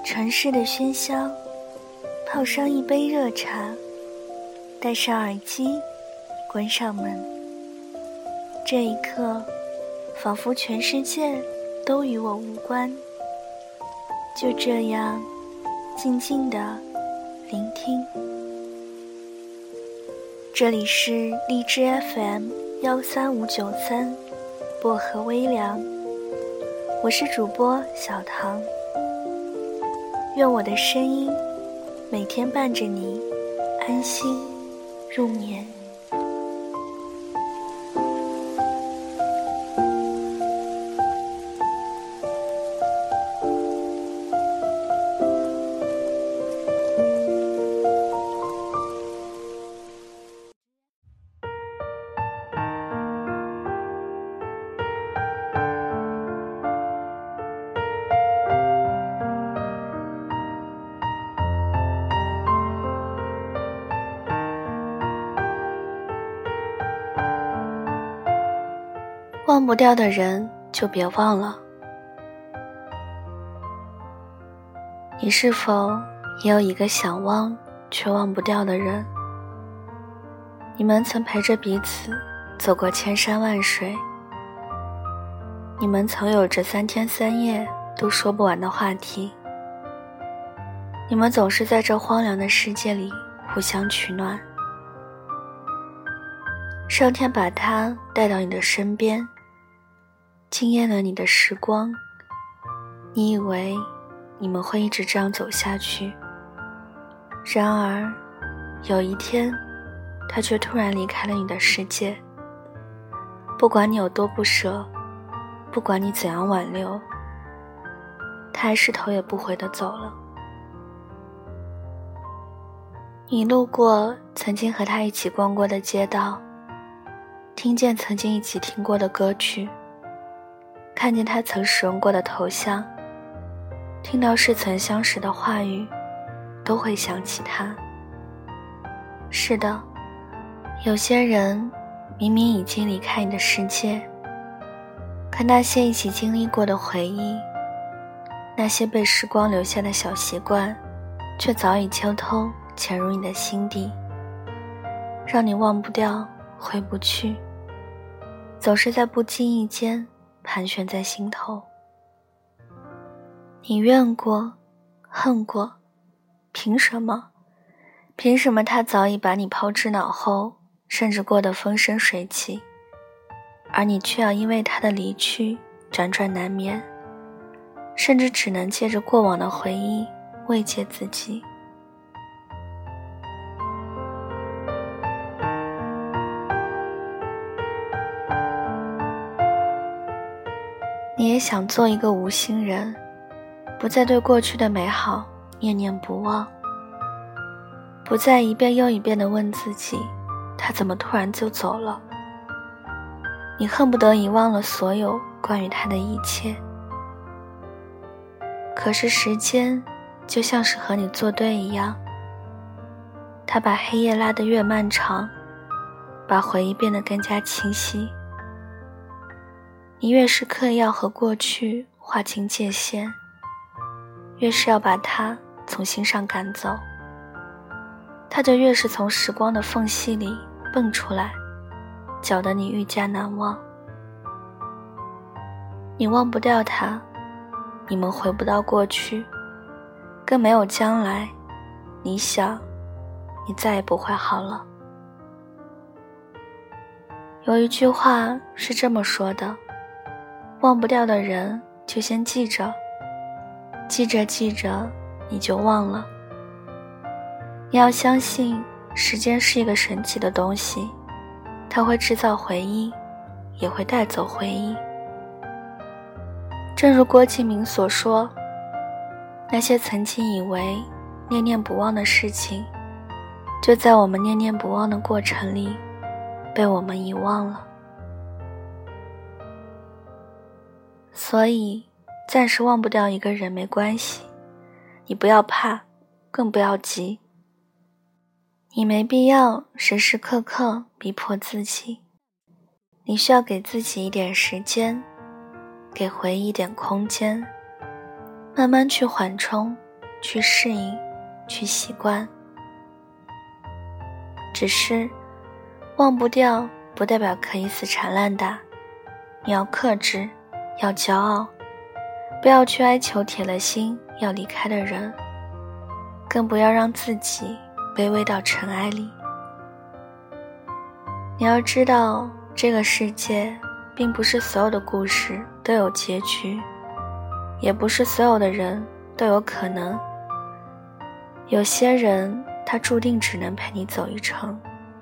城市的喧嚣，泡上一杯热茶，戴上耳机，关上门。这一刻，仿佛全世界都与我无关。就这样，静静地聆听。这里是荔枝 FM13593，薄荷微凉，我是主播小唐。愿我的声音每天伴着你安心入眠。忘不掉的人就别忘了。你是否也有一个想忘却忘不掉的人？你们曾陪着彼此走过千山万水，你们曾有着3天3夜都说不完的话题，你们总是在这荒凉的世界里互相取暖。上天把他带到你的身边，惊艳了你的时光，你以为你们会一直这样走下去，然而有一天他却突然离开了你的世界。不管你有多不舍，不管你怎样挽留，他还是头也不回地走了。你路过曾经和他一起逛过的街道，听见曾经一起听过的歌曲，看见他曾使用过的头像，听到似曾相识的话语，都会想起他。是的，有些人明明已经离开你的世界，可那些一起经历过的回忆，那些被时光留下的小习惯，却早已偷偷潜入你的心底，让你忘不掉，回不去，总是在不经意间盘旋在心头。你怨过，恨过，凭什么？凭什么他早已把你抛之脑后，甚至过得风生水起，而你却要因为他的离去辗转难眠，甚至只能借着过往的回忆慰藉自己。你也想做一个无心人，不再对过去的美好念念不忘，不再一遍又一遍地问自己，他怎么突然就走了？你恨不得遗忘了所有关于他的一切。可是时间就像是和你作对一样，他把黑夜拉得越漫长，把回忆变得更加清晰。你越是刻意要和过去划清界限，越是要把它从心上赶走，它就越是从时光的缝隙里蹦出来，搅得你愈加难忘。你忘不掉它，你们回不到过去，更没有将来。你想，你再也不会好了。有一句话是这么说的，忘不掉的人就先记着，记着记着你就忘了。你要相信时间是一个神奇的东西，它会制造回忆，也会带走回忆。正如郭敬明所说，那些曾经以为念念不忘的事情，就在我们念念不忘的过程里被我们遗忘了。所以暂时忘不掉一个人没关系，你不要怕，更不要急。你没必要时时刻刻逼迫自己，你需要给自己一点时间，给回忆一点空间，慢慢去缓冲， 去适应，去习惯。只是忘不掉不代表可以死缠烂打，你要克制，要骄傲，不要去哀求铁了心要离开的人，更不要让自己卑微到尘埃里。你要知道，这个世界并不是所有的故事都有结局，也不是所有的人都有可能。有些人，他注定只能陪你走一程。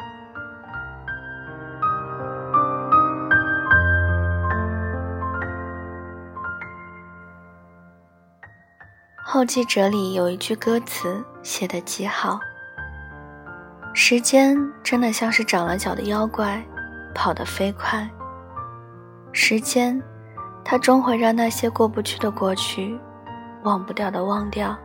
后记者里有一句歌词写得极好，时间真的像是长了脚的妖怪，跑得飞快。时间，它终会让那些过不去的过去，忘不掉的忘掉。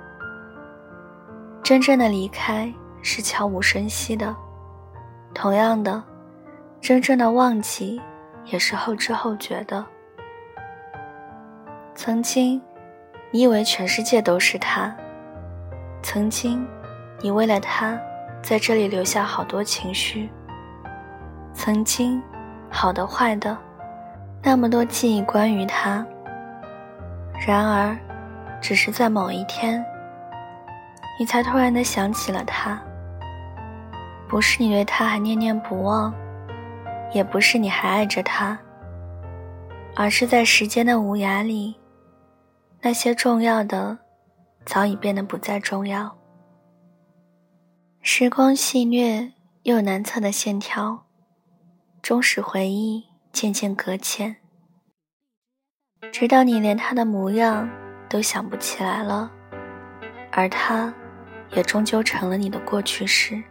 真正的离开是悄无声息的，同样的，真正的忘记也是后知后觉的。曾经，你以为全世界都是他，曾经，你为了他在这里留下好多情绪，曾经，好的坏的，那么多记忆关于他。然而，只是在某一天，你才突然地想起了他。不是你对他还念念不忘，也不是你还爱着他，而是在时间的无涯里，那些重要的早已变得不再重要。时光戏谑又难测的线条，终使回忆渐渐搁浅，直到你连他的模样都想不起来了，而他也终究成了你的过去式。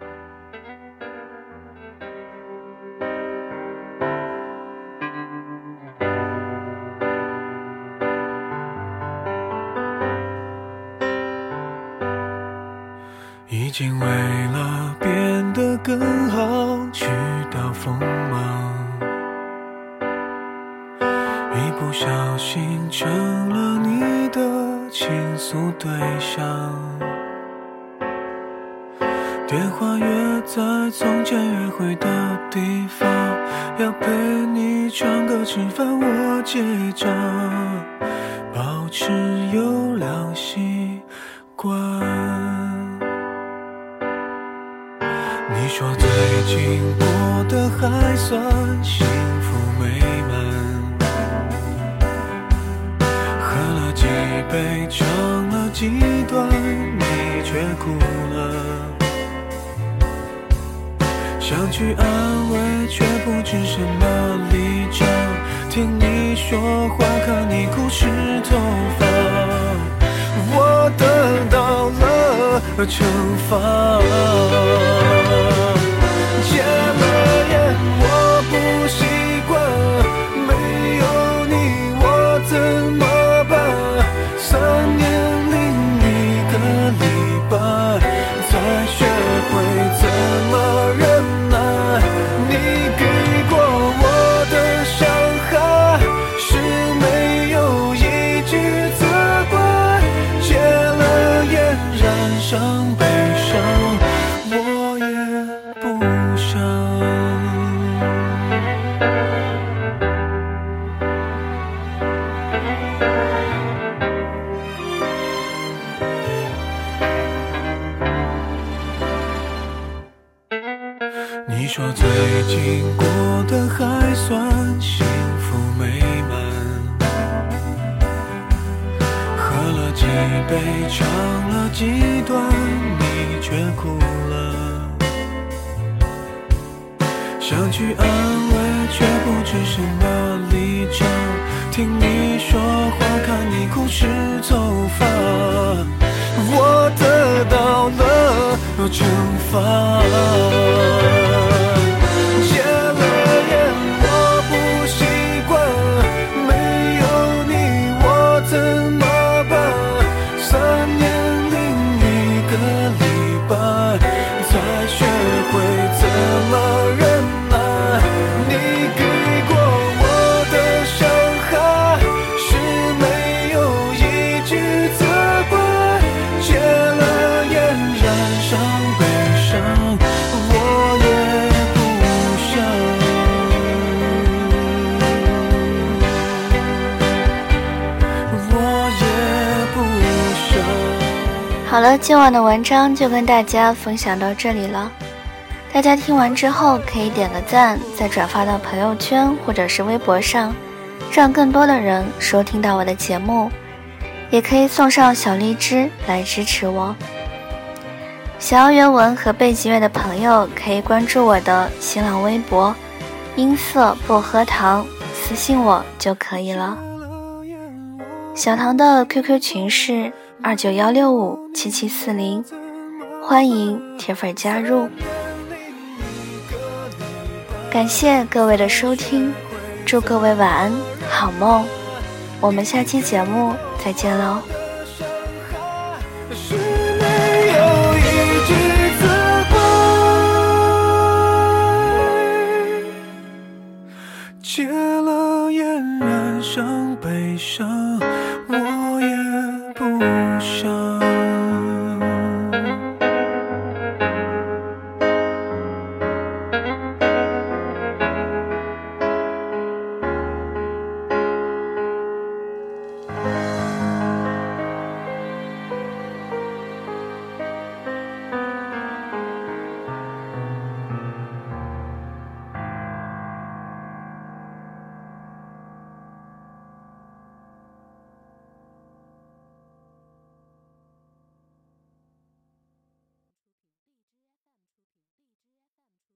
已经为了变得更好去到锋芒，一不小心成了你的倾诉对象，电话约在从前约会的地方，要陪你唱歌吃饭我结账，保持优良习惯。你说最近过得还算幸福美满，喝了几杯唱了几段，你却哭了，想去安慰却不知什么立场，听你说话看你哭湿头发，我得到了惩罚。戒了烟我不习惯，没有你我怎么办？3年01个礼拜才学会怎么忍耐，你给过我的伤害是没有一句责怪，戒了烟染上悲伤我也不想。你说最近过得还算幸福美满，喝了几杯唱了几段，你却哭了，想去安慰却不知什么立场，听你说话看你哭湿头发，我得到了惩罚。戒了烟我不习惯，没有你我怎么办？3年01个礼拜才学会怎么忍耐，你给过我的伤害是没有一句责怪， 好了，今晚的文章就跟大家分享到这里了。大家听完之后可以点个赞，再转发到朋友圈或者是微博上，让更多的人收听到我的节目，也可以送上小荔枝来支持我。想要原文和背景乐的朋友可以关注我的新浪微博音色薄荷糖，私信我就可以了。小唐的 QQ 群是291657740，欢迎铁粉加入。感谢各位的收听，祝各位晚安好梦，我们下期节目再见喽。